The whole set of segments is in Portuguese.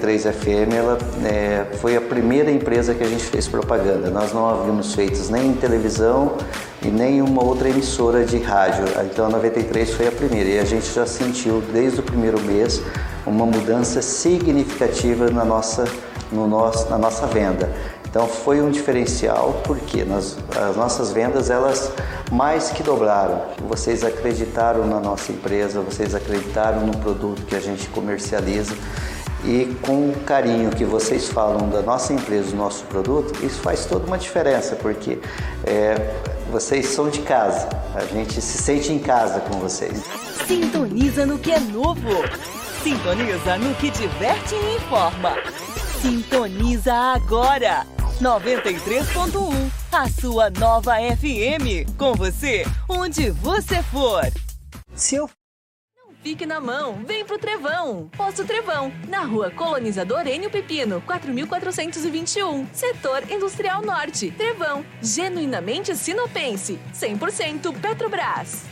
93 FM, ela foi a primeira empresa que a gente fez propaganda. Nós não havíamos feito nem em televisão e nem uma outra emissora de rádio. Então a 93 foi a primeira e a gente já sentiu desde o primeiro mês uma mudança significativa na nossa venda. Então foi um diferencial porque as nossas vendas elas mais que dobraram. Vocês acreditaram na nossa empresa, vocês acreditaram no produto que a gente comercializa e com o carinho que vocês falam da nossa empresa, do nosso produto, isso faz toda uma diferença porque vocês são de casa, a gente se sente em casa com vocês. Sintoniza no que é novo, sintoniza no que diverte e informa. Sintoniza agora! 93.1, a sua nova FM. Com você, onde você for. Não fique na mão, vem pro Trevão. Posto Trevão, na rua Colonizador Enio Pepino, 4421, Setor Industrial Norte. Trevão, genuinamente sinopense, 100% Petrobras.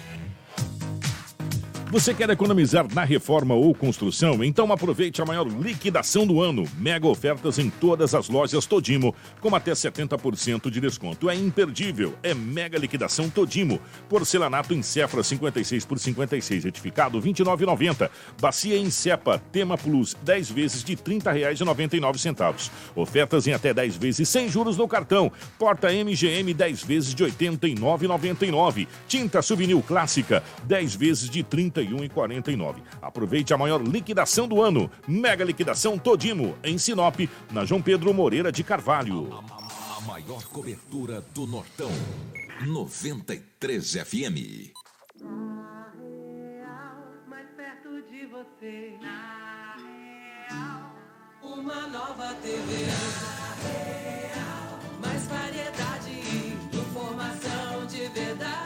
Você quer economizar na reforma ou construção? Então aproveite a maior liquidação do ano. Mega ofertas em todas as lojas Todimo, com até 70% de desconto. É imperdível. É mega liquidação Todimo. Porcelanato em Cefra 56 por 56, retificado R$ 29,90. Bacia em Cepa, Tema Plus, 10 vezes de R$ 30,99. Ofertas em até 10 vezes sem juros no cartão. Porta MGM, 10 vezes de R$ 89,99. Tinta Souvenir Clássica, 10 vezes de R$ 31,49. Aproveite a maior liquidação do ano. Mega liquidação Todimo, em Sinop, na João Pedro Moreira de Carvalho. A maior cobertura do Nortão. 93 FM. Na real, mais perto de você. Na real, uma nova TV. Na real, mais variedade e informação de verdade.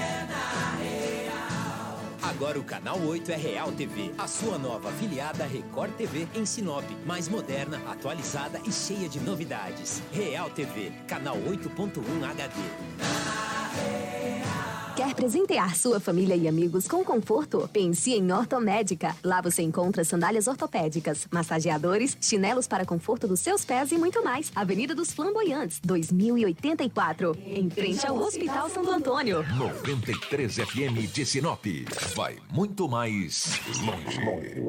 Agora o Canal 8 é Real TV, a sua nova afiliada Record TV em Sinop, mais moderna, atualizada e cheia de novidades. Real TV, canal 8.1 HD. Quer presentear sua família e amigos com conforto? Pense em Ortomédica. Lá você encontra sandálias ortopédicas, massageadores, chinelos para conforto dos seus pés e muito mais. Avenida dos Flamboyantes, 2084. Em frente ao Hospital Santo Antônio. 93 FM de Sinop. Vai muito mais longe.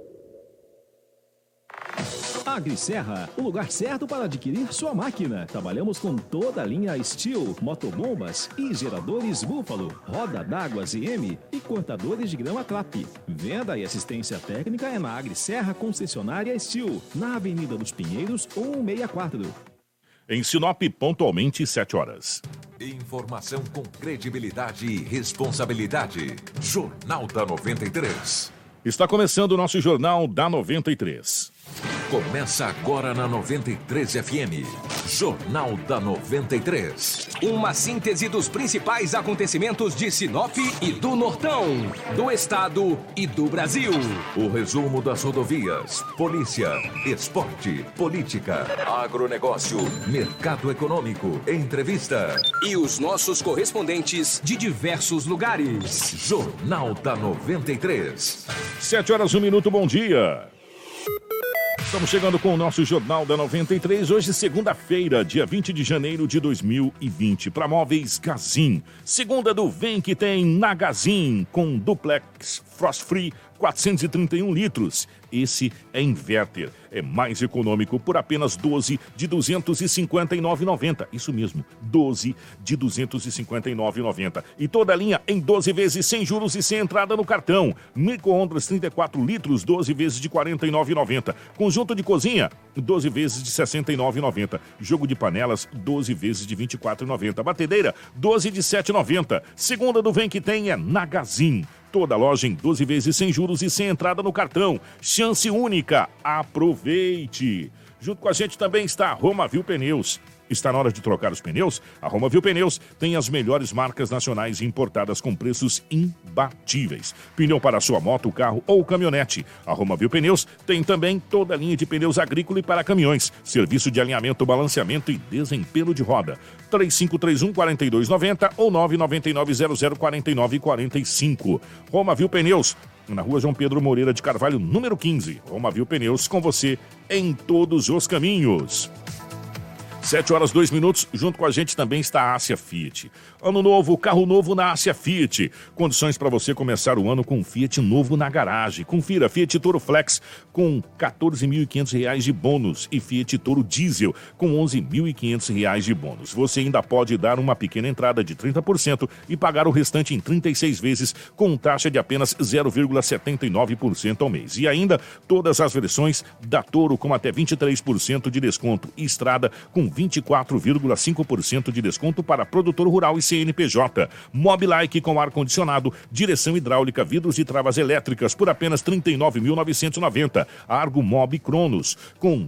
AgriSerra, o lugar certo para adquirir sua máquina. Trabalhamos com toda a linha Steel, motobombas e geradores Búfalo, roda d'água ZM e cortadores de grama Clap. Venda e assistência técnica é na AgriSerra concessionária Steel, na Avenida dos Pinheiros 164. Em Sinop, pontualmente 7 horas. Informação com credibilidade e responsabilidade. Jornal da 93. Está começando o nosso Jornal da 93. Começa agora na 93 FM. Jornal da 93. Uma síntese dos principais acontecimentos de Sinop e do Nortão, do Estado e do Brasil. O resumo das rodovias, polícia, esporte, política, agronegócio, mercado econômico, entrevista. E os nossos correspondentes de diversos lugares. Jornal da 93. 7 horas, 1 minuto, bom dia. Estamos chegando com o nosso Jornal da 93, hoje segunda-feira, dia 20 de janeiro de 2020, para Móveis Gazin. Segunda do Vem que tem na Gazin, com duplex Frost Free 431 litros. Esse é inverter, é mais econômico por apenas 12 de R$ 259,90. Isso mesmo, 12 de R$ 259,90. E toda a linha em 12 vezes sem juros e sem entrada no cartão. Micro-ondas 34 litros, 12 vezes de R$ 49,90. Conjunto de cozinha, 12 vezes de R$ 69,90. Jogo de panelas, 12 vezes de R$ 24,90. Batedeira, 12 de R$ 7,90. Segunda do Vem que tem é na Gazin. Toda loja em 12 vezes sem juros e sem entrada no cartão. Chance única. Aproveite! Junto com a gente também está a Romavil Pneus. Está na hora de trocar os pneus? A Romavil Pneus tem as melhores marcas nacionais importadas com preços imbatíveis. Pneu para sua moto, carro ou caminhonete. A Romavil Pneus tem também toda a linha de pneus agrícola e para caminhões. Serviço de alinhamento, balanceamento e desempenho de roda. 3531-4290 ou 999-004945. Romavil Pneus, na rua João Pedro Moreira de Carvalho, número 15. Romavil Pneus, com você em todos os caminhos. 7h02, junto com a gente também está a Ásia Fiat. Ano novo, carro novo na Ásia Fiat. Condições para você começar o ano com um Fiat novo na garagem. Confira Fiat Toro Flex com R$ 14.500 de bônus e Fiat Toro Diesel com R$ 11.500 de bônus. Você ainda pode dar uma pequena entrada de 30% e pagar o restante em 36 vezes com taxa de apenas 0,79% ao mês. E ainda todas as versões da Toro com até 23% de desconto e Estrada com 24,5% de desconto para produtor rural e CNPJ. Mobilike com ar-condicionado, direção hidráulica, vidros e travas elétricas por apenas R$ 39.990. Argo Mob Cronos com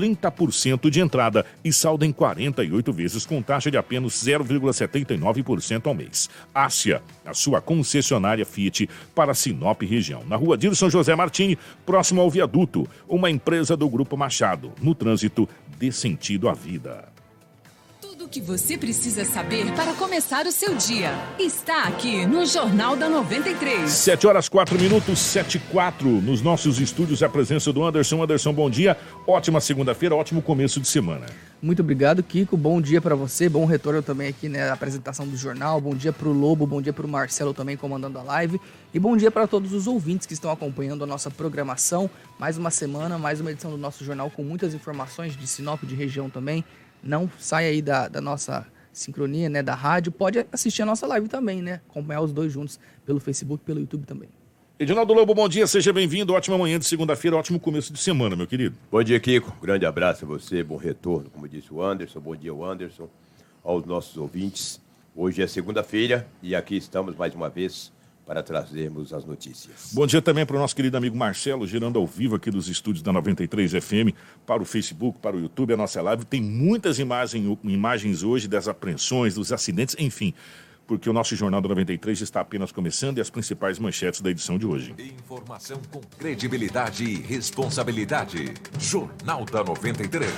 30% de entrada e saldo em 48 vezes com taxa de apenas 0,79% ao mês. Ásia, a sua concessionária Fiat para Sinop região. Na rua Dilson José Martini, próximo ao viaduto, uma empresa do Grupo Machado. No trânsito, dê sentido à vida. Tudo o que você precisa saber para começar o seu dia está aqui no Jornal da 93. 7h04, 7h04. Nos nossos estúdios, a presença do Anderson. Anderson, bom dia. Ótima segunda-feira, ótimo começo de semana. Muito obrigado, Kiko. Bom dia para você. Bom retorno também aqui na apresentação do jornal. Bom dia para o Lobo, bom dia para o Marcelo também comandando a live. E bom dia para todos os ouvintes que estão acompanhando a nossa programação. Mais uma semana, mais uma edição do nosso jornal com muitas informações de Sinop, de região também. Não sai aí da nossa sincronia, né, da rádio. Pode assistir a nossa live também, né? Acompanhar os dois juntos pelo Facebook e pelo YouTube também. Edinaldo Lobo, bom dia, seja bem-vindo. Ótima manhã de segunda-feira, ótimo começo de semana, meu querido. Bom dia, Kiko. Grande abraço a você, bom retorno, como disse o Anderson. Bom dia, o Anderson, aos nossos ouvintes. Hoje é segunda-feira e aqui estamos mais uma vez para trazermos as notícias. Bom dia também para o nosso querido amigo Marcelo, girando ao vivo aqui dos estúdios da 93 FM, para o Facebook, para o YouTube, a nossa live. Tem muitas imagens hoje das apreensões, dos acidentes, enfim, porque o nosso Jornal da 93 está apenas começando e as principais manchetes da edição de hoje. Informação com credibilidade e responsabilidade. Jornal da 93.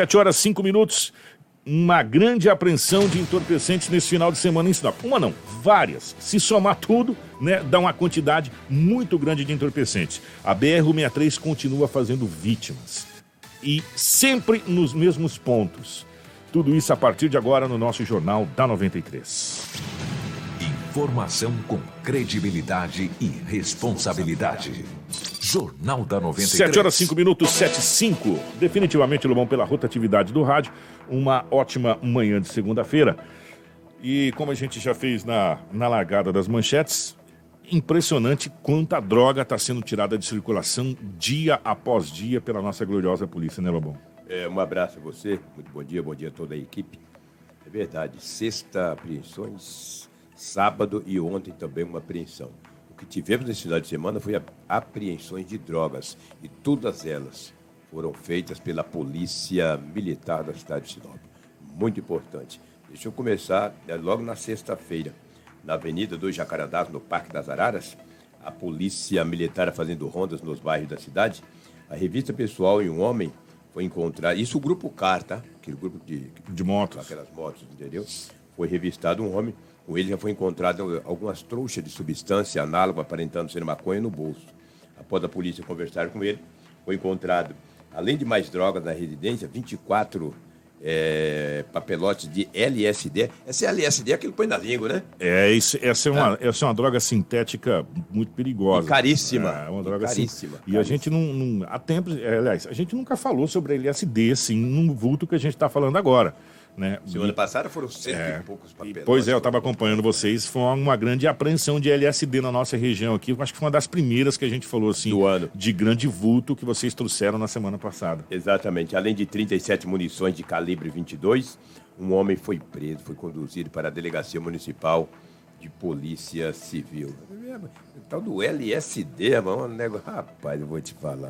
7h05. Uma grande apreensão de entorpecentes nesse final de semana em Sinop. Uma não, várias. Se somar tudo, né, dá uma quantidade muito grande de entorpecentes. A BR-163 continua fazendo vítimas. E sempre nos mesmos pontos. Tudo isso a partir de agora no nosso Jornal da 93. Informação com credibilidade e responsabilidade. Jornal da 93. 7h05, 7h05. Definitivamente, Lobão, pela rotatividade do rádio, uma ótima manhã de segunda-feira. E como a gente já fez na largada das manchetes, impressionante quanta droga está sendo tirada de circulação dia após dia pela nossa gloriosa polícia, né, Lobão? Um abraço a você, muito bom dia a toda a equipe. É verdade, sexta apreensões, sábado e ontem também uma apreensão. O que tivemos nesse final de semana foi apreensões de drogas e todas elas foram feitas pela Polícia Militar da cidade de Sinop. Muito importante. Deixa eu começar logo na sexta-feira, na Avenida dos Jacarandás, no Parque das Araras, a Polícia Militar fazendo rondas nos bairros da cidade. A revista pessoal e um homem foi encontrado, isso o grupo CAR, tá? Aquele grupo de motos. Aquelas motos, entendeu? Foi revistado um homem. Com ele já foi encontrado algumas trouxas de substância análoga, aparentando ser maconha, no bolso. Após a polícia conversar com ele, foi encontrado, além de mais drogas na residência, 24 papelotes de LSD. Esse LSD é aquilo que põe na língua, né? Essa é uma droga sintética muito perigosa. E caríssima. É uma droga caríssima. E a gente não há tempos, aliás, a gente nunca falou sobre LSD, assim, num vulto que a gente está falando agora. Né? Semana passada foram 100 e poucos papelotes. Pois é, eu estava acompanhando vocês. Foi uma grande apreensão de LSD na nossa região aqui. Eu acho que foi uma das primeiras que a gente falou assim, do ano, de grande vulto que vocês trouxeram na semana passada. Exatamente. Além de 37 munições de calibre 22, um homem foi preso, foi conduzido para a Delegacia Municipal de Polícia Civil. O tal do LSD, mano, rapaz, eu vou te falar.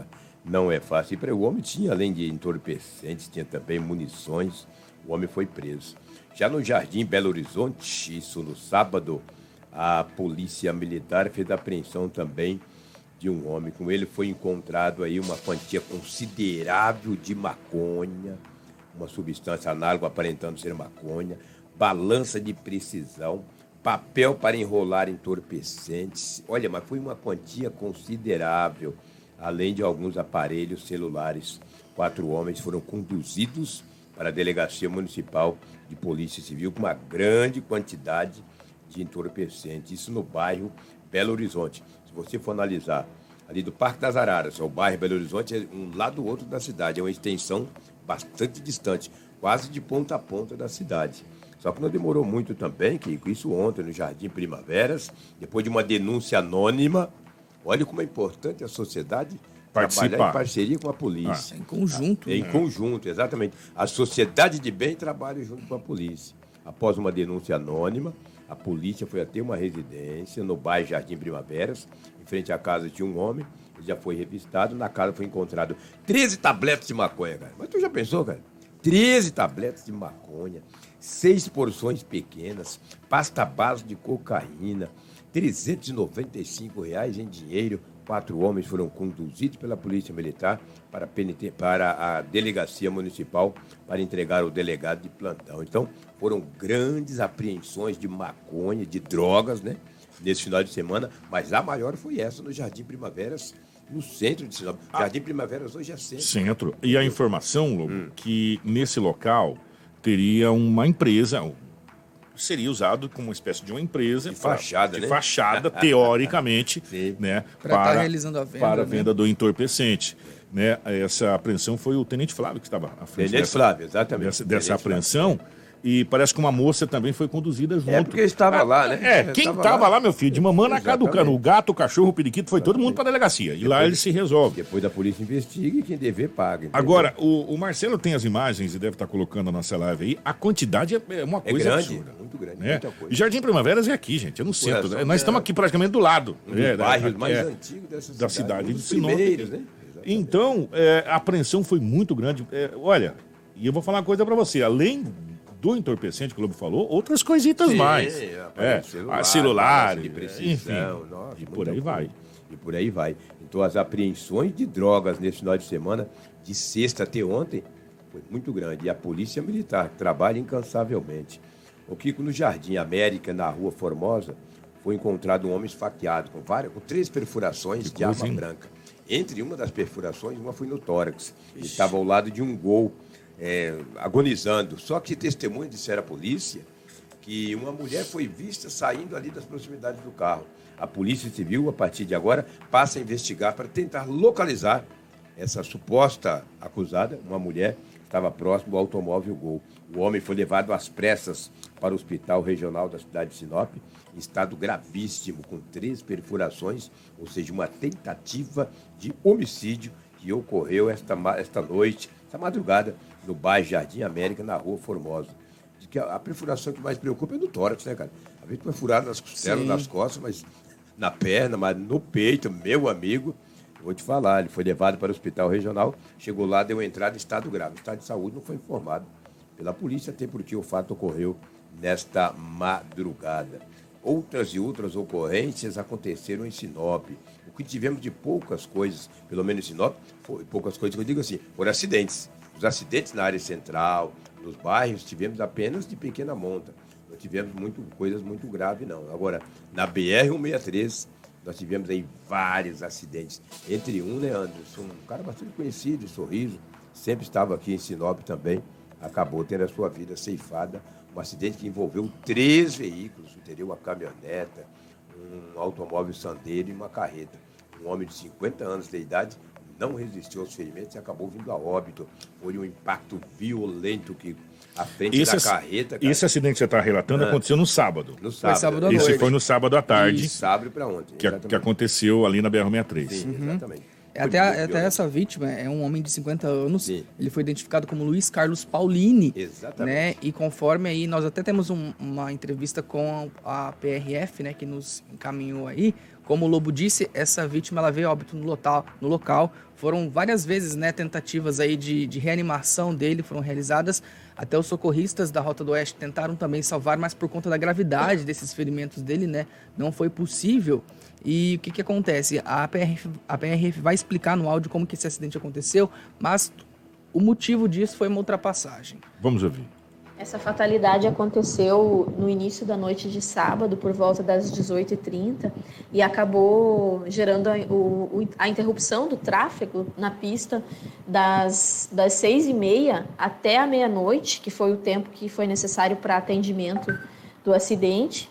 não é fácil. E o homem tinha, além de entorpecentes, tinha também munições. O homem foi preso. Já no Jardim Belo Horizonte, isso no sábado, a polícia militar fez a apreensão também de um homem. Com ele foi encontrado aí uma quantia considerável de maconha, uma substância análoga aparentando ser maconha, balança de precisão, papel para enrolar entorpecentes. Olha, mas foi uma quantia considerável, além de alguns aparelhos celulares. 4 homens foram conduzidos para a Delegacia Municipal de Polícia Civil com uma grande quantidade de entorpecentes. Isso no bairro Belo Horizonte. Se você for analisar ali do Parque das Araras, o bairro Belo Horizonte é um lado do outro da cidade, é uma extensão bastante distante, quase de ponta a ponta da cidade. Só que não demorou muito também, que isso ontem no Jardim Primaveras, depois de uma denúncia anônima. Olha como é importante a sociedade trabalhar em parceria com a polícia. Em conjunto. Em conjunto, exatamente. A sociedade de bem trabalha junto com a polícia. Após uma denúncia anônima, a polícia foi até uma residência no bairro Jardim Primaveras, em frente à casa de um homem. Ele já foi revistado. Na casa foi encontrado 13 tabletes de maconha, cara. Mas tu já pensou, cara? 13 tabletes de maconha, 6 porções pequenas, pasta base de cocaína, R$395 em dinheiro. 4 homens foram conduzidos pela Polícia Militar para a Delegacia Municipal para entregar ao delegado de plantão. Então, foram grandes apreensões de maconha, de drogas, né, nesse final de semana, mas a maior foi essa no Jardim Primaveras, no centro de Sinop. Jardim Primaveras hoje é centro. Centro. E a informação, Lobo, que nesse local teria uma empresa, seria usado como uma espécie de uma empresa de fachada, de fachada, teoricamente, né, para realizando a venda, para a venda do entorpecente. Né? Essa apreensão foi o Tenente Flávio que estava à frente dessa apreensão. E parece que uma moça também foi conduzida junto. É porque estava lá, né? Quem estava lá, meu filho, de mamãe na caducando. O gato, o cachorro, o periquito, foi todo mundo para a delegacia. E lá ele se resolve. Depois a polícia investiga e quem dever paga. Entendeu? Agora, o Marcelo tem as imagens e deve estar colocando na nossa live aí. A quantidade é uma coisa grande, absurda. Muito grande, né? muita coisa. E Jardim Primaveras é aqui, gente, é no centro. Nós estamos aqui praticamente do lado. Um dos bairros mais antigos da cidade de Sinop. Primeiros, né? Então, a apreensão foi muito grande. Olha, e eu vou falar uma coisa para você. Além do entorpecente que o Lobo falou, outras coisitas mais. Celulares, enfim, nossa, e por aí vai. E por aí vai. Então, as apreensões de drogas nesse final de semana, de sexta até ontem, foi muito grande. E a Polícia Militar trabalha incansavelmente. O Kiko, no Jardim América, na Rua Formosa, foi encontrado um homem esfaqueado com 3 perfurações de arma branca. Entre uma das perfurações, uma foi no tórax. Ele estava ao lado de um Gol, agonizando. Só que testemunhas disseram à polícia que uma mulher foi vista saindo ali das proximidades do carro. A Polícia Civil, a partir de agora, passa a investigar para tentar localizar essa suposta acusada, uma mulher que estava próximo do automóvel Gol. O homem foi levado às pressas para o Hospital Regional da cidade de Sinop, em estado gravíssimo, com 3 perfurações, ou seja, uma tentativa de homicídio que ocorreu esta noite, esta madrugada, no bairro Jardim América, na Rua Formosa. Diz que a perfuração que mais preocupa é no tórax, né, cara? A gente foi furada nas costelas, nas costas, mas na perna, mas no peito, meu amigo, vou te falar, ele foi levado para o Hospital Regional, chegou lá, deu entrada em estado grave. O estado de saúde não foi informado pela polícia, até porque o fato ocorreu nesta madrugada. Outras e outras ocorrências aconteceram em Sinop. O que tivemos de poucas coisas, pelo menos em Sinop, foi poucas coisas que eu digo assim, foram acidentes. Os acidentes na área central, nos bairros, tivemos apenas de pequena monta. Não tivemos coisas muito graves, não. Agora, na BR-163, nós tivemos aí vários acidentes. Entre Leandro, um cara bastante conhecido, Sorriso, sempre estava aqui em Sinop também, acabou tendo a sua vida ceifada. Um acidente que envolveu 3 veículos, entendeu? Uma caminhoneta, um automóvel Sandero e uma carreta. Um homem de 50 anos de idade não resistiu aos ferimentos e acabou vindo a óbito. Foi um impacto violento que a frente da carreta... Cara, esse acidente que você está relatando aconteceu no sábado. No sábado. Foi sábado à noite. Esse foi no sábado à tarde. Sábado para ontem. Que aconteceu ali na BR-163. Sim, exatamente. Até essa vítima é um homem de 50 anos. Sim. Ele foi identificado como Luiz Carlos Paulini. Exatamente. Né? E conforme aí, nós até temos uma entrevista com a PRF, né, que nos encaminhou aí. Como o Lobo disse, essa vítima ela veio a óbito no local. Foram várias vezes, né, tentativas aí de reanimação dele foram realizadas. Até os socorristas da Rota do Oeste tentaram também salvar, mas por conta da gravidade desses ferimentos dele, né, não foi possível. E o que acontece? A PRF vai explicar no áudio como que esse acidente aconteceu, mas o motivo disso foi uma ultrapassagem. Vamos ouvir. Essa fatalidade aconteceu no início da noite de sábado, por volta das 18h30, e acabou gerando a interrupção do tráfego na pista das 6h30 até a meia-noite, que foi o tempo que foi necessário para atendimento do acidente.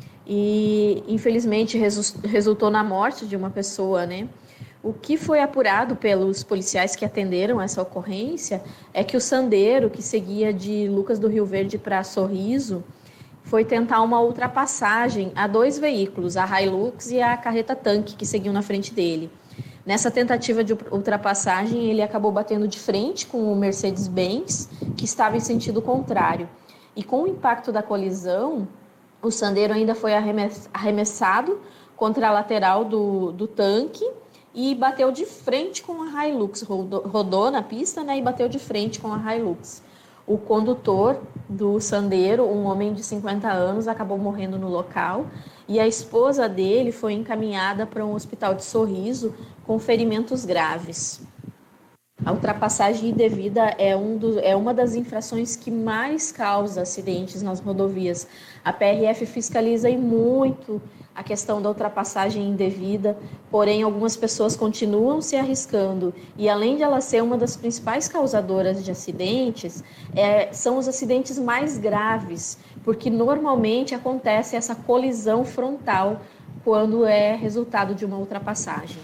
E, infelizmente, resultou na morte de uma pessoa, né? O que foi apurado pelos policiais que atenderam essa ocorrência é que o Sandero, que seguia de Lucas do Rio Verde para Sorriso, foi tentar uma ultrapassagem a 2 veículos, a Hilux e a carreta tanque, que seguiam na frente dele. Nessa tentativa de ultrapassagem, ele acabou batendo de frente com o Mercedes-Benz, que estava em sentido contrário. E com o impacto da colisão, o Sandero ainda foi arremessado contra a lateral do tanque, e bateu de frente com a Hilux, rodou na pista, né, e bateu de frente com a Hilux. O condutor do Sandero, um homem de 50 anos, acabou morrendo no local e a esposa dele foi encaminhada para um hospital de Sorriso com ferimentos graves. A ultrapassagem indevida é uma das infrações que mais causa acidentes nas rodovias. A PRF fiscaliza muito a questão da ultrapassagem indevida, porém algumas pessoas continuam se arriscando e além de ela ser uma das principais causadoras de acidentes, são os acidentes mais graves, porque normalmente acontece essa colisão frontal quando é resultado de uma ultrapassagem.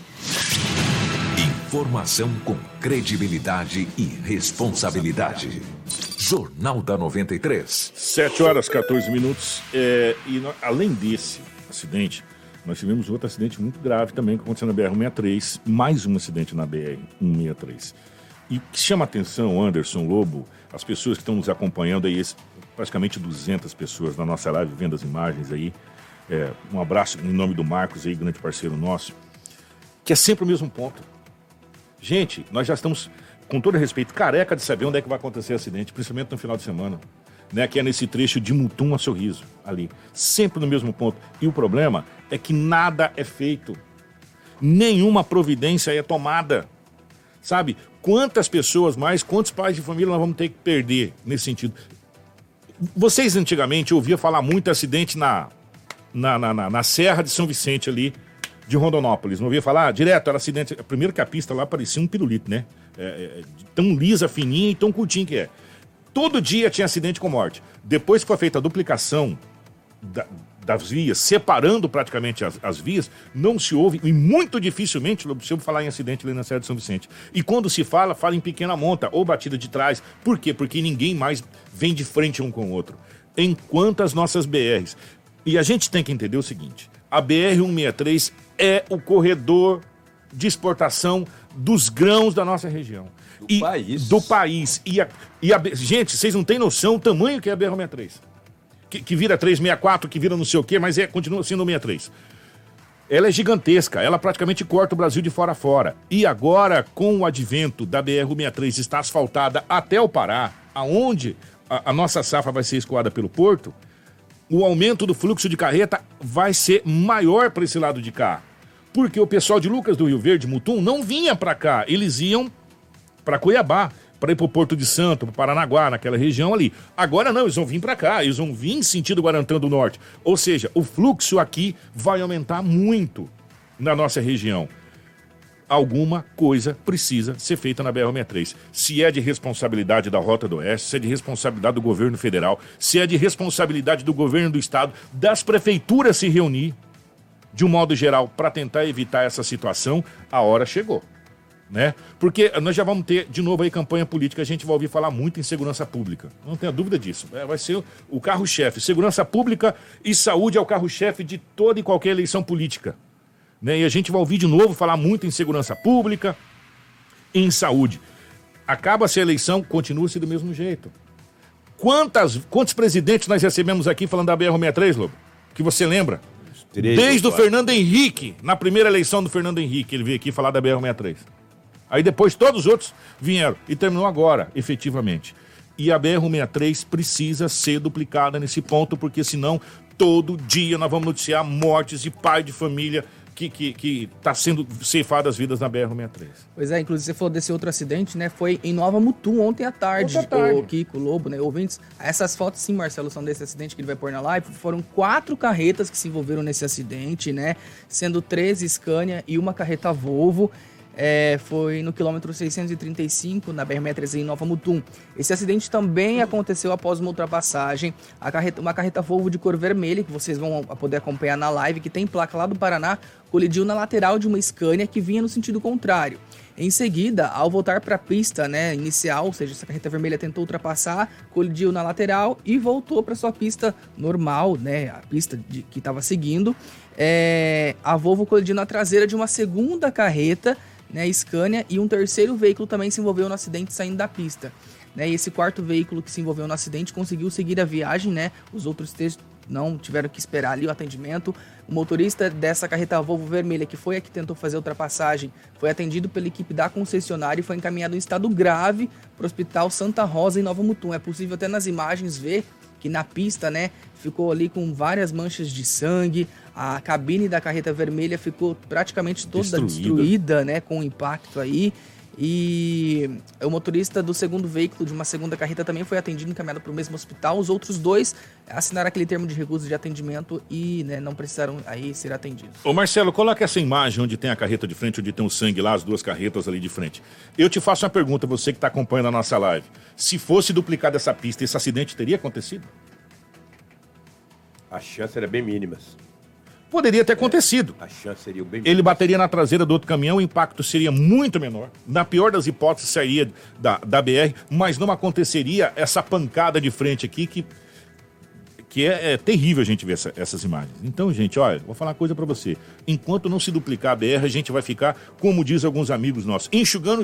Informação com credibilidade e responsabilidade. Jornal da 93. 7h14. Além desse acidente, nós tivemos outro acidente muito grave também que aconteceu na BR-163, mais um acidente na BR-163. E o que chama a atenção, Anderson, Lobo, as pessoas que estão nos acompanhando aí, praticamente 200 pessoas na nossa live vendo as imagens aí, um abraço em nome do Marcos aí, grande parceiro nosso, que é sempre o mesmo ponto. Gente, nós já estamos, com todo respeito, careca de saber onde é que vai acontecer o acidente, principalmente no final de semana, né? Que é nesse trecho de Mutum a Sorriso, ali. Sempre no mesmo ponto. E o problema é que nada é feito. Nenhuma providência é tomada. Sabe? Quantas pessoas mais, quantos pais de família nós vamos ter que perder nesse sentido? Vocês antigamente ouviam falar muito acidente na Serra de São Vicente ali, de Rondonópolis, não ouvia falar? Direto, era acidente. Primeiro que a pista lá parecia um pirulito, né? Tão lisa, fininha e tão curtinha que é. Todo dia tinha acidente com morte. Depois que foi feita a duplicação das vias, separando praticamente as vias, não se ouve, e muito dificilmente se ouve falar em acidente ali na Serra de São Vicente. E quando se fala em pequena monta ou batida de trás. Por quê? Porque ninguém mais vem de frente um com o outro. Enquanto as nossas BRs. E a gente tem que entender o seguinte, a BR-163 é o corredor de exportação dos grãos da nossa região. Do país. Gente, vocês não têm noção do tamanho que é a BR-163. Que vira 364, que vira não sei o quê, mas continua sendo 63. Ela é gigantesca, ela praticamente corta o Brasil de fora a fora. E agora, com o advento da BR-163 está asfaltada até o Pará, aonde a nossa safra vai ser escoada pelo porto, o aumento do fluxo de carreta vai ser maior para esse lado de cá. Porque o pessoal de Lucas do Rio Verde, Mutum, não vinha para cá. Eles iam para Cuiabá, para ir para o Porto de Santo, para Paranaguá, naquela região ali. Agora não, eles vão vir para cá. Eles vão vir em sentido Guarantã do Norte. Ou seja, o fluxo aqui vai aumentar muito na nossa região. Alguma coisa precisa ser feita na BR-163. Se é de responsabilidade da Rota do Oeste, se é de responsabilidade do governo federal, se é de responsabilidade do governo do estado, das prefeituras se reunir, de um modo geral, para tentar evitar essa situação, a hora chegou. Né? Porque nós já vamos ter, de novo, aí campanha política, a gente vai ouvir falar muito em segurança pública. Não tenha dúvida disso. Vai ser o carro-chefe. Segurança pública e saúde é o carro-chefe de toda e qualquer eleição política. Né? E a gente vai ouvir de novo falar muito em segurança pública, em saúde. Acaba-se a eleição, continua-se do mesmo jeito. Quantos presidentes nós recebemos aqui falando da BR-163, Lobo? Que você lembra? Desde o Fernando Henrique, na primeira eleição do Fernando Henrique, ele veio aqui falar da BR-163. Aí depois todos os outros vieram e terminou agora, efetivamente. E a BR-163 precisa ser duplicada nesse ponto, porque senão todo dia nós vamos noticiar mortes de pai de família que está sendo ceifado as vidas na BR-163. Pois é, inclusive você falou desse outro acidente, né? Foi em Nova Mutum ontem à tarde. O Kiko, o Lobo, né? Ouvintes, essas fotos sim, Marcelo, são desse acidente que ele vai pôr na live. Foram 4 carretas que se envolveram nesse acidente, né? Sendo 13 Scania e uma carreta Volvo. Foi no quilômetro 635, na BR-163 em Nova Mutum. Esse acidente também aconteceu após uma ultrapassagem. Uma carreta Volvo de cor vermelha, que vocês vão poder acompanhar na live, que tem placa lá do Paraná, colidiu na lateral de uma Scania que vinha no sentido contrário. Em seguida, ao voltar para a pista, né, inicial, ou seja, essa carreta vermelha tentou ultrapassar, colidiu na lateral e voltou para sua pista normal, né, a pista que estava seguindo. A Volvo colidiu na traseira de uma segunda carreta, né, Scania, e um terceiro veículo também se envolveu no acidente saindo da pista. Né, e esse quarto veículo que se envolveu no acidente conseguiu seguir a viagem, né, os outros três não tiveram que esperar ali o atendimento. O motorista dessa carreta Volvo vermelha, que foi a que tentou fazer a ultrapassagem, foi atendido pela equipe da concessionária e foi encaminhado em estado grave para o Hospital Santa Rosa, em Nova Mutum. É possível até nas imagens ver que na pista, né, ficou ali com várias manchas de sangue, a cabine da carreta vermelha ficou praticamente toda destruída, né, com o impacto aí. E o motorista do segundo veículo de uma segunda carreta também foi atendido e encaminhado para o mesmo hospital. Os outros 2 assinaram aquele termo de recusa de atendimento e, né, não precisaram aí ser atendidos. Ô Marcelo, coloca essa imagem onde tem a carreta de frente, onde tem o sangue lá, as 2 carretas ali de frente. Eu te faço uma pergunta, você que está acompanhando a nossa live. Se fosse duplicada essa pista, esse acidente teria acontecido? A chance era bem mínima. Poderia ter acontecido. A chance seria bem Ele bateria na traseira do outro caminhão, o impacto seria muito menor. Na pior das hipóteses, sairia da BR, mas não aconteceria essa pancada de frente aqui, que é terrível a gente ver essas imagens. Então, gente, olha, vou falar uma coisa pra você. Enquanto não se duplicar a BR, a gente vai ficar, como diz alguns amigos nossos, enxugando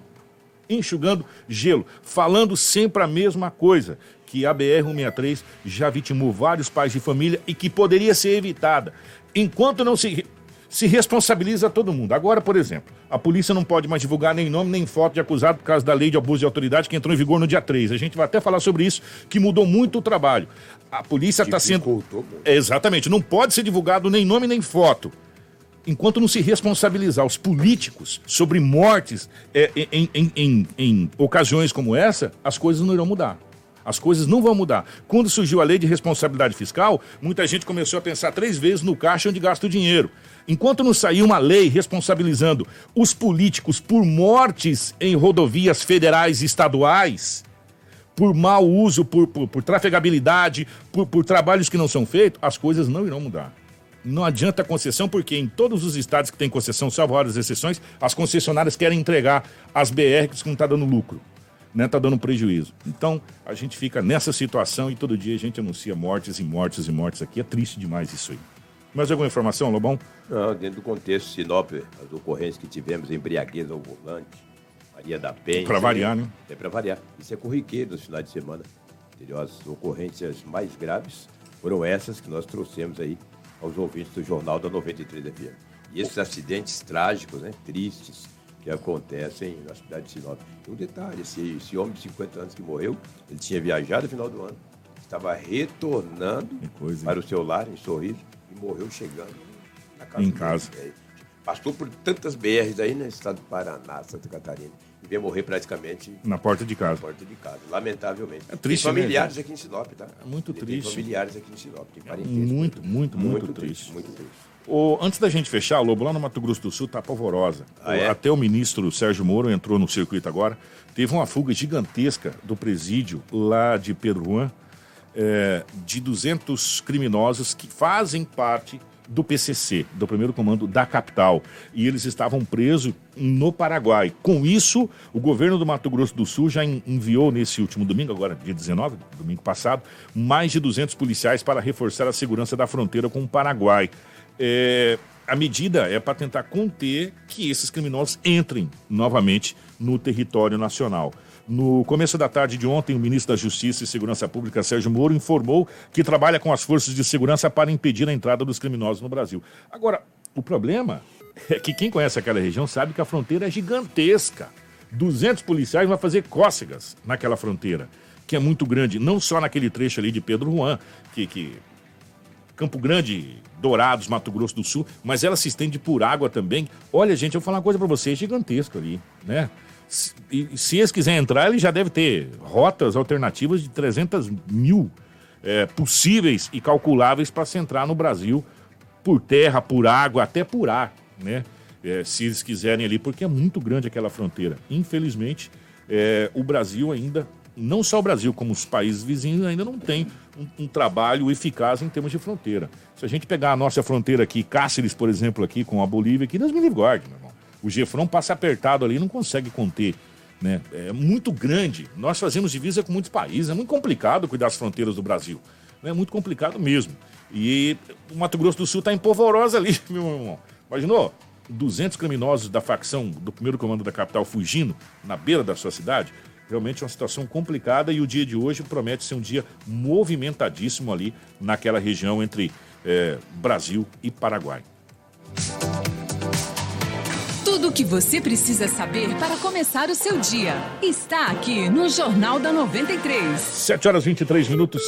gelo, falando sempre a mesma coisa, que a BR-163 já vitimou vários pais de família e que poderia ser evitada, enquanto não se responsabiliza todo mundo. Agora, por exemplo, a polícia não pode mais divulgar nem nome, nem foto de acusado por causa da lei de abuso de autoridade que entrou em vigor no dia 3. A gente vai até falar sobre isso, que mudou muito o trabalho. A polícia está sendo... Exatamente, não pode ser divulgado nem nome, nem foto. Enquanto não se responsabilizar os políticos sobre mortes em ocasiões como essa, as coisas não irão mudar. As coisas não vão mudar. Quando surgiu a lei de responsabilidade fiscal, muita gente começou a pensar 3 vezes no caixa onde gasta o dinheiro. Enquanto não saiu uma lei responsabilizando os políticos por mortes em rodovias federais e estaduais, por mau uso, por trafegabilidade, por trabalhos que não são feitos, as coisas não irão mudar. Não adianta a concessão, porque em todos os estados que tem concessão, salvo raras exceções, as concessionárias querem entregar as BR que não está dando lucro, né? Está dando prejuízo. Então, a gente fica nessa situação e todo dia a gente anuncia mortes e mortes e mortes aqui. É triste demais isso aí. Mais alguma informação, Lobão? Não, dentro do contexto Sinop, as ocorrências que tivemos, embriaguez ao volante, Maria da Penha... Para variar, né? É para variar. Isso é corriqueiro nos finais de semana. Entendeu? As ocorrências mais graves foram essas que nós trouxemos aí aos ouvintes do Jornal da 93 FM. E esses acidentes trágicos, né, tristes, que acontecem na cidade de Sinop. E um detalhe, esse homem de 50 anos que morreu, ele tinha viajado no final do ano, estava retornando para o seu lar, em Sorriso, e morreu chegando na casa em casa. Passou por tantas BRs aí, no estado do Paraná, Santa Catarina, e veio morrer praticamente... Na porta de casa. Na porta de casa, lamentavelmente. É triste, tem familiares, né, aqui em Sinop, tá? É muito triste. Tem familiares aqui em Sinop, tem parentesco. Muito triste. Muito triste. Antes da gente fechar, Lobo, lá no Mato Grosso do Sul tá pavorosa. É? Até o ministro Sérgio Moro entrou no circuito agora. Teve uma fuga gigantesca do presídio lá de Pedro Juan, de 200 criminosos que fazem parte do PCC, do primeiro comando da capital. E eles estavam presos no Paraguai. Com isso, o governo do Mato Grosso do Sul já enviou nesse último domingo, agora dia 19, domingo passado, mais de 200 policiais para reforçar a segurança da fronteira com o Paraguai. A medida é para tentar conter que esses criminosos entrem novamente no território nacional. No começo da tarde de ontem, o ministro da Justiça e Segurança Pública, Sérgio Moro, informou que trabalha com as forças de segurança para impedir a entrada dos criminosos no Brasil. Agora, o problema é que quem conhece aquela região sabe que a fronteira é gigantesca. 200 policiais vão fazer cócegas naquela fronteira, que é muito grande, não só naquele trecho ali de Pedro Juan, que Campo Grande, Dourados, Mato Grosso do Sul, mas ela se estende por água também. Olha, gente, eu vou falar uma coisa pra vocês, é gigantesco ali, né? E se eles quiserem entrar, ele já deve ter rotas alternativas de 300 mil possíveis e calculáveis para se entrar no Brasil por terra, por água, até por ar, né? Se eles quiserem ali, porque é muito grande aquela fronteira. Infelizmente, o Brasil ainda, não só o Brasil, como os países vizinhos, ainda não tem um trabalho eficaz em termos de fronteira. Se a gente pegar a nossa fronteira aqui, Cáceres, por exemplo, aqui com a Bolívia, aqui, Deus me livre guarde, meu irmão. O Gefrão passa apertado ali e não consegue conter, né? É muito grande. Nós fazemos divisa com muitos países. É muito complicado cuidar das fronteiras do Brasil. É muito complicado mesmo. E o Mato Grosso do Sul está em polvorosa ali, meu irmão. Imaginou? 200 criminosos da facção do primeiro comando da capital fugindo na beira da sua cidade. Realmente é uma situação complicada e o dia de hoje promete ser um dia movimentadíssimo ali naquela região entre Brasil e Paraguai. Tudo o que você precisa saber para começar o seu dia está aqui no Jornal da 93. 7 horas 23 minutos,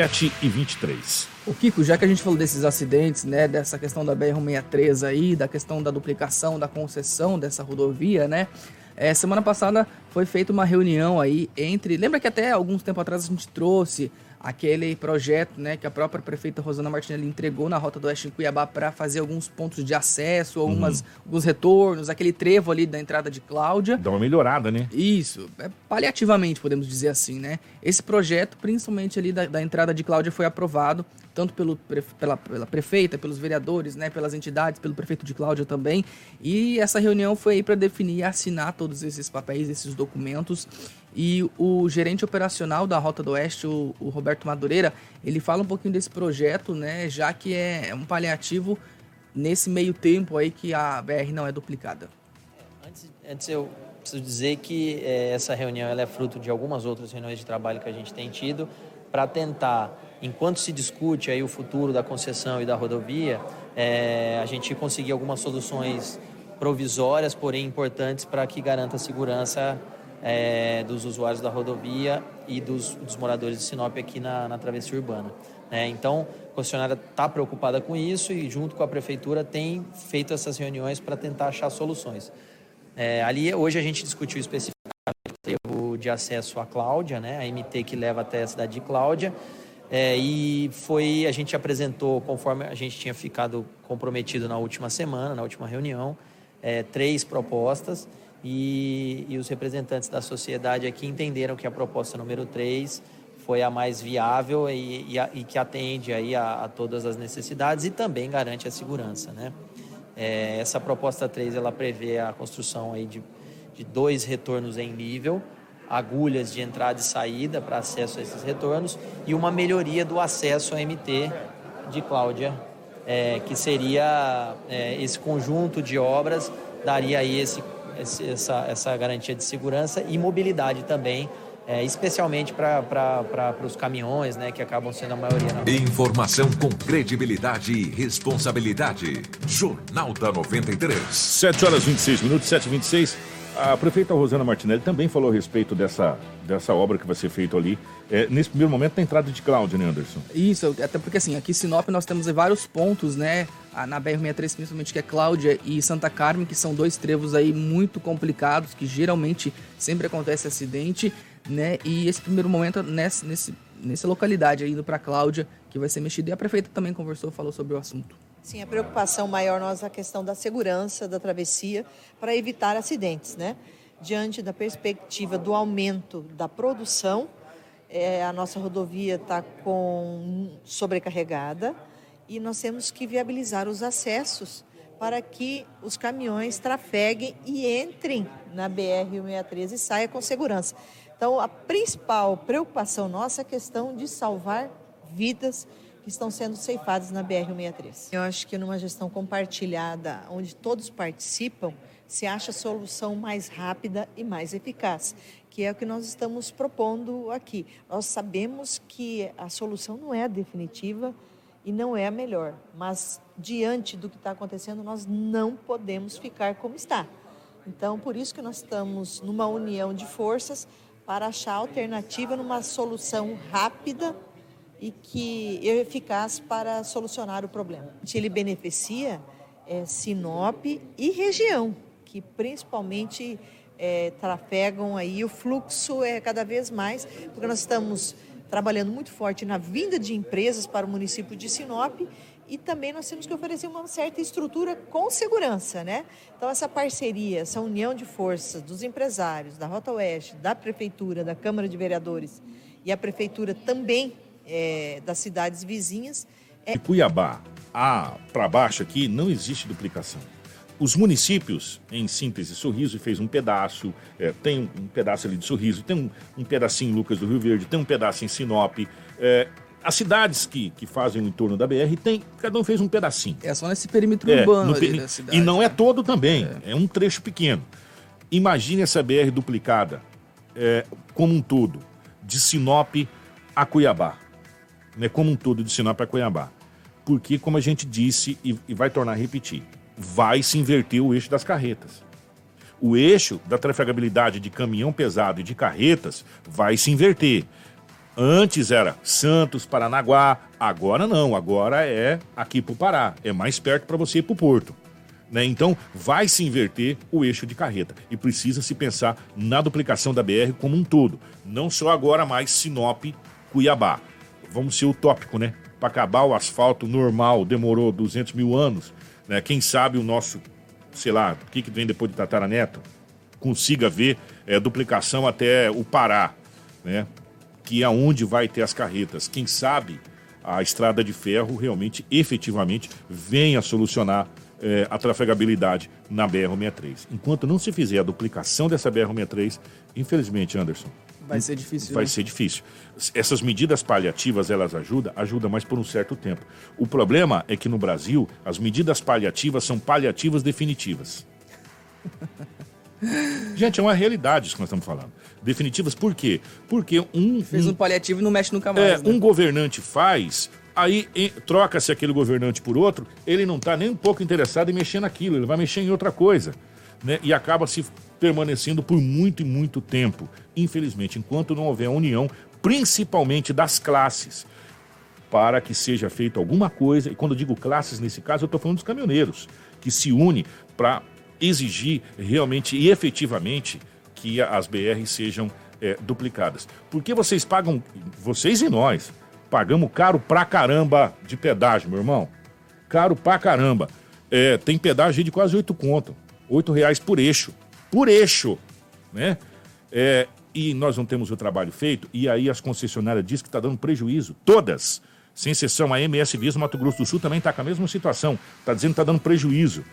7h23. O Kiko, já que a gente falou desses acidentes, né, dessa questão da BR-163 aí, da questão da duplicação, da concessão dessa rodovia, né, semana passada foi feita uma reunião aí entre... Lembra que até alguns tempo atrás a gente trouxe aquele projeto, né, que a própria prefeita Rosana Martinelli entregou na Rota do Oeste em Cuiabá para fazer alguns pontos de acesso, alguns retornos, aquele trevo ali da entrada de Cláudia. Dá uma melhorada, né? Isso, paliativamente, podemos dizer assim, né? Esse projeto, principalmente ali da entrada de Cláudia, foi aprovado, tanto pela prefeita, pelos vereadores, né, pelas entidades, pelo prefeito de Cláudia também. E essa reunião foi aí para definir e assinar todos esses papéis, esses documentos. E o gerente operacional da Rota do Oeste, o Roberto Madureira, ele fala um pouquinho desse projeto, né, já que é um paliativo nesse meio tempo aí que a BR não é duplicada. Antes eu preciso dizer que essa reunião ela é fruto de algumas outras reuniões de trabalho que a gente tem tido para tentar, enquanto se discute aí o futuro da concessão e da rodovia, a gente conseguir algumas soluções provisórias, porém importantes para que garanta a segurança dos usuários da rodovia e dos moradores de Sinop aqui na travessia urbana. Então, a concessionária está preocupada com isso e, junto com a prefeitura, tem feito essas reuniões para tentar achar soluções. Ali, hoje, a gente discutiu especificamente o trevo de acesso à Cláudia, né, a MT que leva até a cidade de Cláudia, e a gente apresentou, conforme a gente tinha ficado comprometido na última semana, na última reunião, 3 propostas. E os representantes da sociedade aqui entenderam que a proposta número 3 foi a mais viável e que atende aí a todas as necessidades e também garante a segurança, né? Essa proposta 3 ela prevê a construção aí de 2 retornos em nível, agulhas de entrada e saída para acesso a esses retornos e uma melhoria do acesso ao MT de Cláudia, que seria esse conjunto de obras, daria aí essa garantia de segurança e mobilidade também, especialmente para os caminhões, né, que acabam sendo a maioria. Informação com credibilidade e responsabilidade. Jornal da 93. 7 horas 26 minutos, 7h26. A prefeita Rosana Martinelli também falou a respeito dessa obra que vai ser feita ali. Nesse primeiro momento, da entrada de Cláudia, né, Anderson? Isso, até porque assim, aqui em Sinop nós temos vários pontos, né? Na BR-163, principalmente, que é Cláudia e Santa Carmen, que são 2 trevos aí muito complicados, que geralmente sempre acontece acidente, né? E esse primeiro momento, nessa localidade aí, indo para Cláudia, que vai ser mexido. E a prefeita também conversou, falou sobre o assunto. Sim, a preocupação maior nossa é a questão da segurança da travessia para evitar acidentes, né? Diante da perspectiva do aumento da produção, a nossa rodovia está sobrecarregada e nós temos que viabilizar os acessos para que os caminhões trafeguem e entrem na BR-163 e saiam com segurança. Então, a principal preocupação nossa é a questão de salvar vidas que estão sendo ceifadas na BR-163. Eu acho que numa gestão compartilhada, onde todos participam, se acha a solução mais rápida e mais eficaz, que é o que nós estamos propondo aqui. Nós sabemos que a solução não é definitiva e não é a melhor. Mas, diante do que está acontecendo, nós não podemos ficar como está. Então, por isso que nós estamos numa união de forças para achar alternativa numa solução rápida e eficaz para solucionar o problema. Ele beneficia Sinop e região, que principalmente trafegam aí, o fluxo é cada vez mais, porque nós estamos trabalhando muito forte na vinda de empresas para o município de Sinop e também nós temos que oferecer uma certa estrutura com segurança, né? Então essa parceria, essa união de forças dos empresários, da Rota Oeste, da Prefeitura, da Câmara de Vereadores e a Prefeitura também das cidades vizinhas. De Cuiabá para baixo aqui não existe duplicação. Os municípios, em síntese, Sorriso fez um pedaço, tem um pedaço ali de Sorriso, tem um pedacinho em Lucas do Rio Verde, tem um pedaço em Sinop. As cidades que fazem o entorno da BR, cada um fez um pedacinho. É só nesse perímetro urbano ali da cidade. E não é todo também, é um trecho pequeno. Imagine essa BR duplicada como um todo, de Sinop a Cuiabá. Né, como um todo, de Sinop a Cuiabá. Porque, como a gente disse, e vai tornar a repetir, vai se inverter o eixo das carretas. O eixo da trafegabilidade de caminhão pesado e de carretas vai se inverter. Antes era Santos, Paranaguá, agora não, agora é aqui para o Pará, é mais perto para você ir para o Porto. Né? Então vai se inverter o eixo de carreta e precisa se pensar na duplicação da BR como um todo, não só agora mais Sinop, Cuiabá. Vamos ser utópico, né? Para acabar o asfalto normal demorou 200 mil anos, né? Quem sabe o nosso, sei lá, o que vem depois de Tataraneto, consiga ver duplicação até o Pará, né? Que é onde vai ter as carretas. Quem sabe a estrada de ferro realmente, efetivamente, venha solucionar a trafegabilidade na BR-163. Enquanto não se fizer a duplicação dessa BR-163, infelizmente, Anderson, vai ser difícil. Vai ser difícil. Essas medidas paliativas, elas ajudam, mas por um certo tempo. O problema é que no Brasil, as medidas paliativas são paliativas definitivas. Gente, é uma realidade isso que nós estamos falando. Definitivas por quê? Porque fez um paliativo e não mexe nunca mais. Um governante faz, aí troca-se aquele governante por outro, ele não está nem um pouco interessado em mexer naquilo, ele vai mexer em outra coisa. Né? E acaba se permanecendo por muito e muito tempo. Infelizmente, enquanto não houver união, principalmente das classes, para que seja feita alguma coisa, e quando eu digo classes, nesse caso, eu estou falando dos caminhoneiros, que se unem para exigir realmente e efetivamente que as BRs sejam duplicadas. Porque vocês pagam, vocês e nós, pagamos caro pra caramba de pedágio, meu irmão. Caro pra caramba. Tem pedágio de quase 8 conto. R$8 por eixo. Por eixo. Né? E nós não temos o trabalho feito, e aí as concessionárias dizem que está dando prejuízo. Todas. Sem exceção, a MS Vias Mato Grosso do Sul também está com a mesma situação. Está dizendo que está dando prejuízo.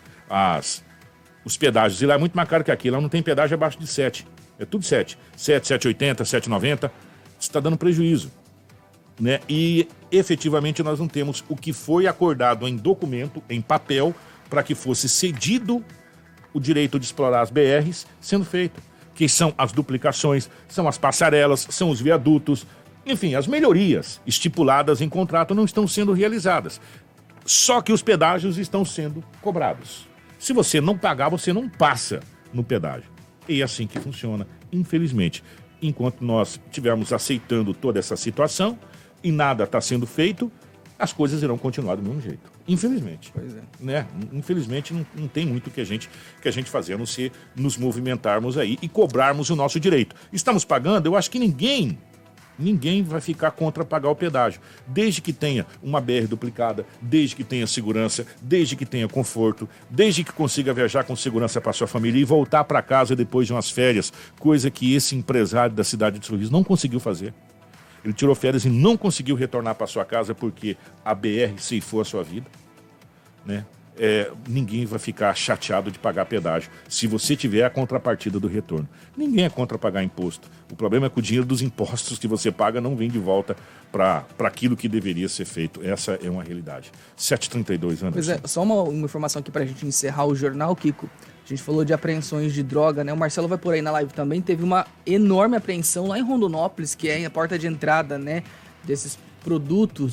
Os pedágios. E lá é muito mais caro que aqui. Lá não tem pedágio abaixo de 7. É tudo 7. 7, 7,80, 7,90. Está dando prejuízo. Né? E efetivamente nós não temos o que foi acordado em documento, em papel, para que fosse cedido o direito de explorar as BRs sendo feito. Que são as duplicações, são as passarelas, são os viadutos. Enfim, as melhorias estipuladas em contrato não estão sendo realizadas. Só que os pedágios estão sendo cobrados. Se você não pagar, você não passa no pedágio. E é assim que funciona, infelizmente. Enquanto nós estivermos aceitando toda essa situação e nada está sendo feito, as coisas irão continuar do mesmo jeito. Infelizmente. Pois é. Né? Infelizmente não tem muito que a gente fazer, a não ser nos movimentarmos aí e cobrarmos o nosso direito. Estamos pagando? Eu acho que ninguém vai ficar contra pagar o pedágio. Desde que tenha uma BR duplicada, desde que tenha segurança, desde que tenha conforto, desde que consiga viajar com segurança para sua família e voltar para casa depois de umas férias, coisa que esse empresário da cidade de Sorriso não conseguiu fazer. Ele tirou férias e não conseguiu retornar para sua casa porque a BR ceifou a sua vida. Né? Ninguém vai ficar chateado de pagar pedágio se você tiver a contrapartida do retorno. Ninguém é contra pagar imposto. O problema é que o dinheiro dos impostos que você paga não vem de volta para aquilo que deveria ser feito. Essa é uma realidade. 7h32, Anderson. Pois é, só uma informação aqui para a gente encerrar o jornal, Kiko. A gente falou de apreensões de droga, né? O Marcelo vai por aí na live também. Teve uma enorme apreensão lá em Rondonópolis, que é a porta de entrada, né, desses produtos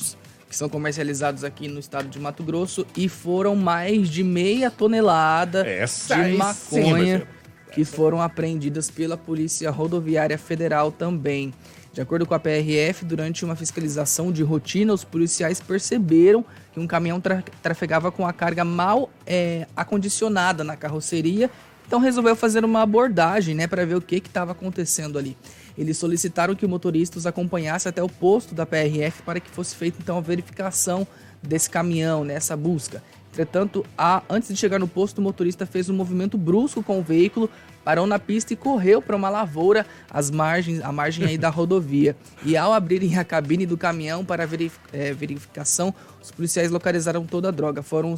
que são comercializados aqui no estado de Mato Grosso, e foram mais de meia tonelada de maconha que foram apreendidas pela Polícia Rodoviária Federal também. De acordo com a PRF, durante uma fiscalização de rotina, os policiais perceberam que um caminhão trafegava com a carga mal acondicionada na carroceria, então resolveu fazer uma abordagem, né, para ver o que estava acontecendo ali. Eles solicitaram que o motorista os acompanhasse até o posto da PRF para que fosse feita então a verificação desse caminhão, nessa busca. Entretanto, antes de chegar no posto, o motorista fez um movimento brusco com o veículo, parou na pista e correu para uma lavoura à margem aí da rodovia. E ao abrirem a cabine do caminhão para verificação, os policiais localizaram toda a droga. Foram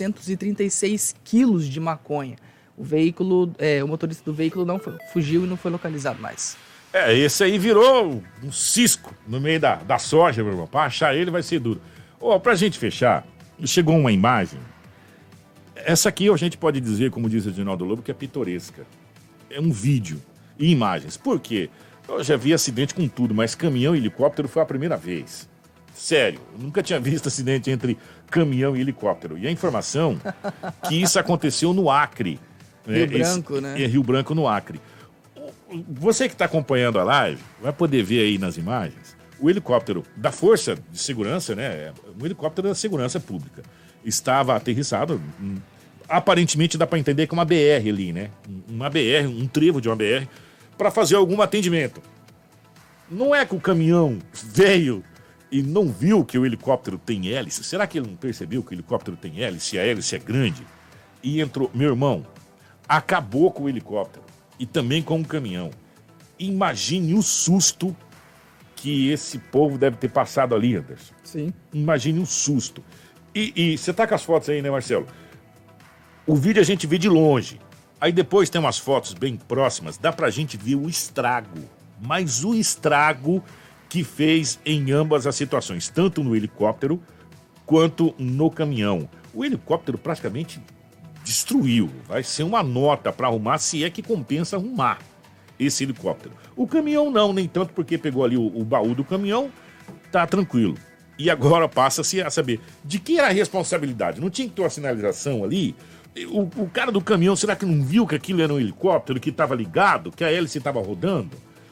636 quilos de maconha. O motorista do veículo não fugiu e não foi localizado mais. Esse aí virou um cisco no meio da soja, meu irmão. Pra achar ele vai ser duro. Pra gente fechar, chegou uma imagem. Essa aqui a gente pode dizer, como diz o Edinaldo Lobo, que é pitoresca. É um vídeo e imagens. Por quê? Eu já vi acidente com tudo, mas caminhão e helicóptero foi a primeira vez. Sério, eu nunca tinha visto acidente entre caminhão e helicóptero. E a informação que isso aconteceu no Acre. Rio Branco, né? Rio Branco, no Acre. Você que está acompanhando a live, vai poder ver aí nas imagens, o helicóptero da Força de Segurança, né? Um helicóptero da Segurança Pública. Estava aterrissado, aparentemente dá para entender que é uma BR ali, né? Uma BR, um trevo de uma BR, para fazer algum atendimento. Não é que o caminhão veio e não viu que o helicóptero tem hélice? Será que ele não percebeu que o helicóptero tem hélice? A hélice é grande? E entrou, meu irmão, acabou com o helicóptero. E também com o caminhão. Imagine o susto que esse povo deve ter passado ali, Anderson. Sim. Imagine o susto. E você tá com as fotos aí, né, Marcelo? O vídeo a gente vê de longe. Aí depois tem umas fotos bem próximas. Dá pra gente ver o estrago. Mas o estrago que fez em ambas as situações. Tanto no helicóptero quanto no caminhão. O helicóptero praticamente destruiu. Vai ser uma nota para arrumar, se é que compensa arrumar esse helicóptero. O caminhão não, nem tanto, porque pegou ali o baú do caminhão, tá tranquilo. E agora passa-se a saber de quem era a responsabilidade. Não tinha que ter uma sinalização ali? O cara do caminhão, será que não viu que aquilo era um helicóptero, que estava ligado, que a hélice estava rodando?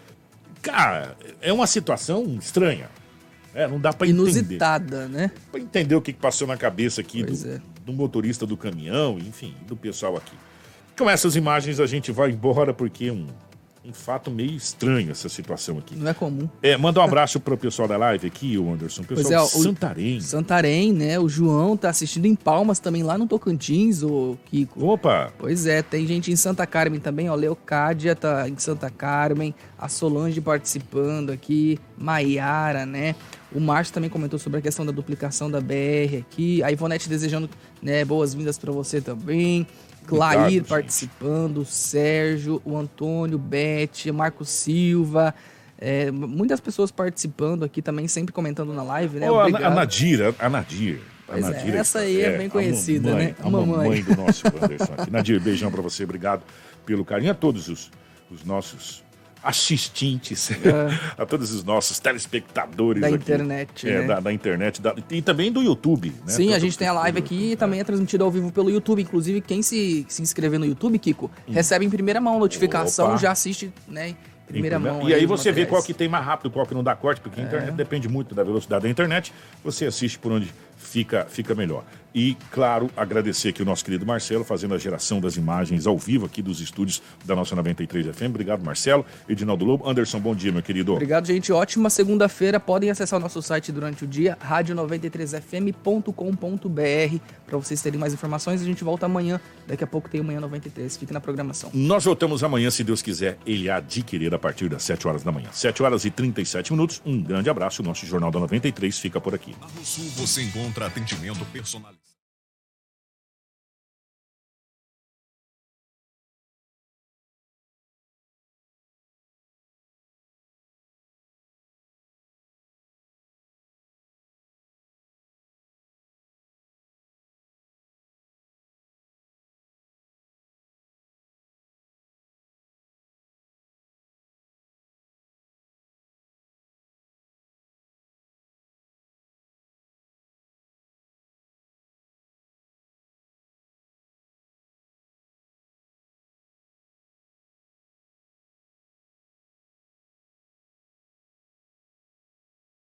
Cara, é uma situação estranha. Não dá para entender. Inusitada, né? Para entender o que passou na cabeça aqui do motorista do caminhão, enfim, do pessoal aqui. Com essas imagens a gente vai embora porque é um fato meio estranho essa situação aqui. Não é comum. Manda um abraço pro pessoal da live aqui, o Anderson. Pessoal de Santarém. Santarém, né? O João tá assistindo em Palmas também, lá no Tocantins, o Kiko. Opa! Pois é, tem gente em Santa Carmen também, ó. Leocádia tá em Santa Carmen, a Solange participando aqui, Maiara, né? O Márcio também comentou sobre a questão da duplicação da BR aqui. A Ivonete desejando, né, boas-vindas para você também. Clair participando, o Sérgio, o Antônio, Beth, Marco Silva. Muitas pessoas participando aqui também, sempre comentando na live, né? A Nadir. Pois essa aí é bem conhecida, mamãe, né? A mamãe do nosso Anderson aqui. Nadir, beijão para você, obrigado pelo carinho. A todos os nossos assistentes, a todos os nossos telespectadores da aqui, internet, né? da internet e também do YouTube, né? Sim, a gente tem a live aqui e também é transmitida ao vivo pelo YouTube. Inclusive, quem se inscrever no YouTube, Kiko, recebe em primeira mão a notificação, já assiste, né? Em primeira mão. E aí você vê qual que tem mais rápido, qual que não dá corte, porque a internet depende muito da velocidade da internet. Você assiste por onde fica melhor. E, claro, agradecer aqui o nosso querido Marcelo, fazendo a geração das imagens ao vivo aqui dos estúdios da nossa 93 FM. Obrigado, Marcelo. Edinaldo Lobo. Anderson, bom dia, meu querido. Obrigado, gente. Ótima segunda-feira. Podem acessar o nosso site durante o dia, radio93fm.com.br, para vocês terem mais informações. A gente volta amanhã. Daqui a pouco tem o Manhã 93. Fique na programação. Nós voltamos amanhã, se Deus quiser, ele há de querer, a partir das 7 horas da manhã. 7 horas e 37 minutos. Um grande abraço. O nosso Jornal da 93 fica por aqui. No Sul você encontra atendimento personalizado.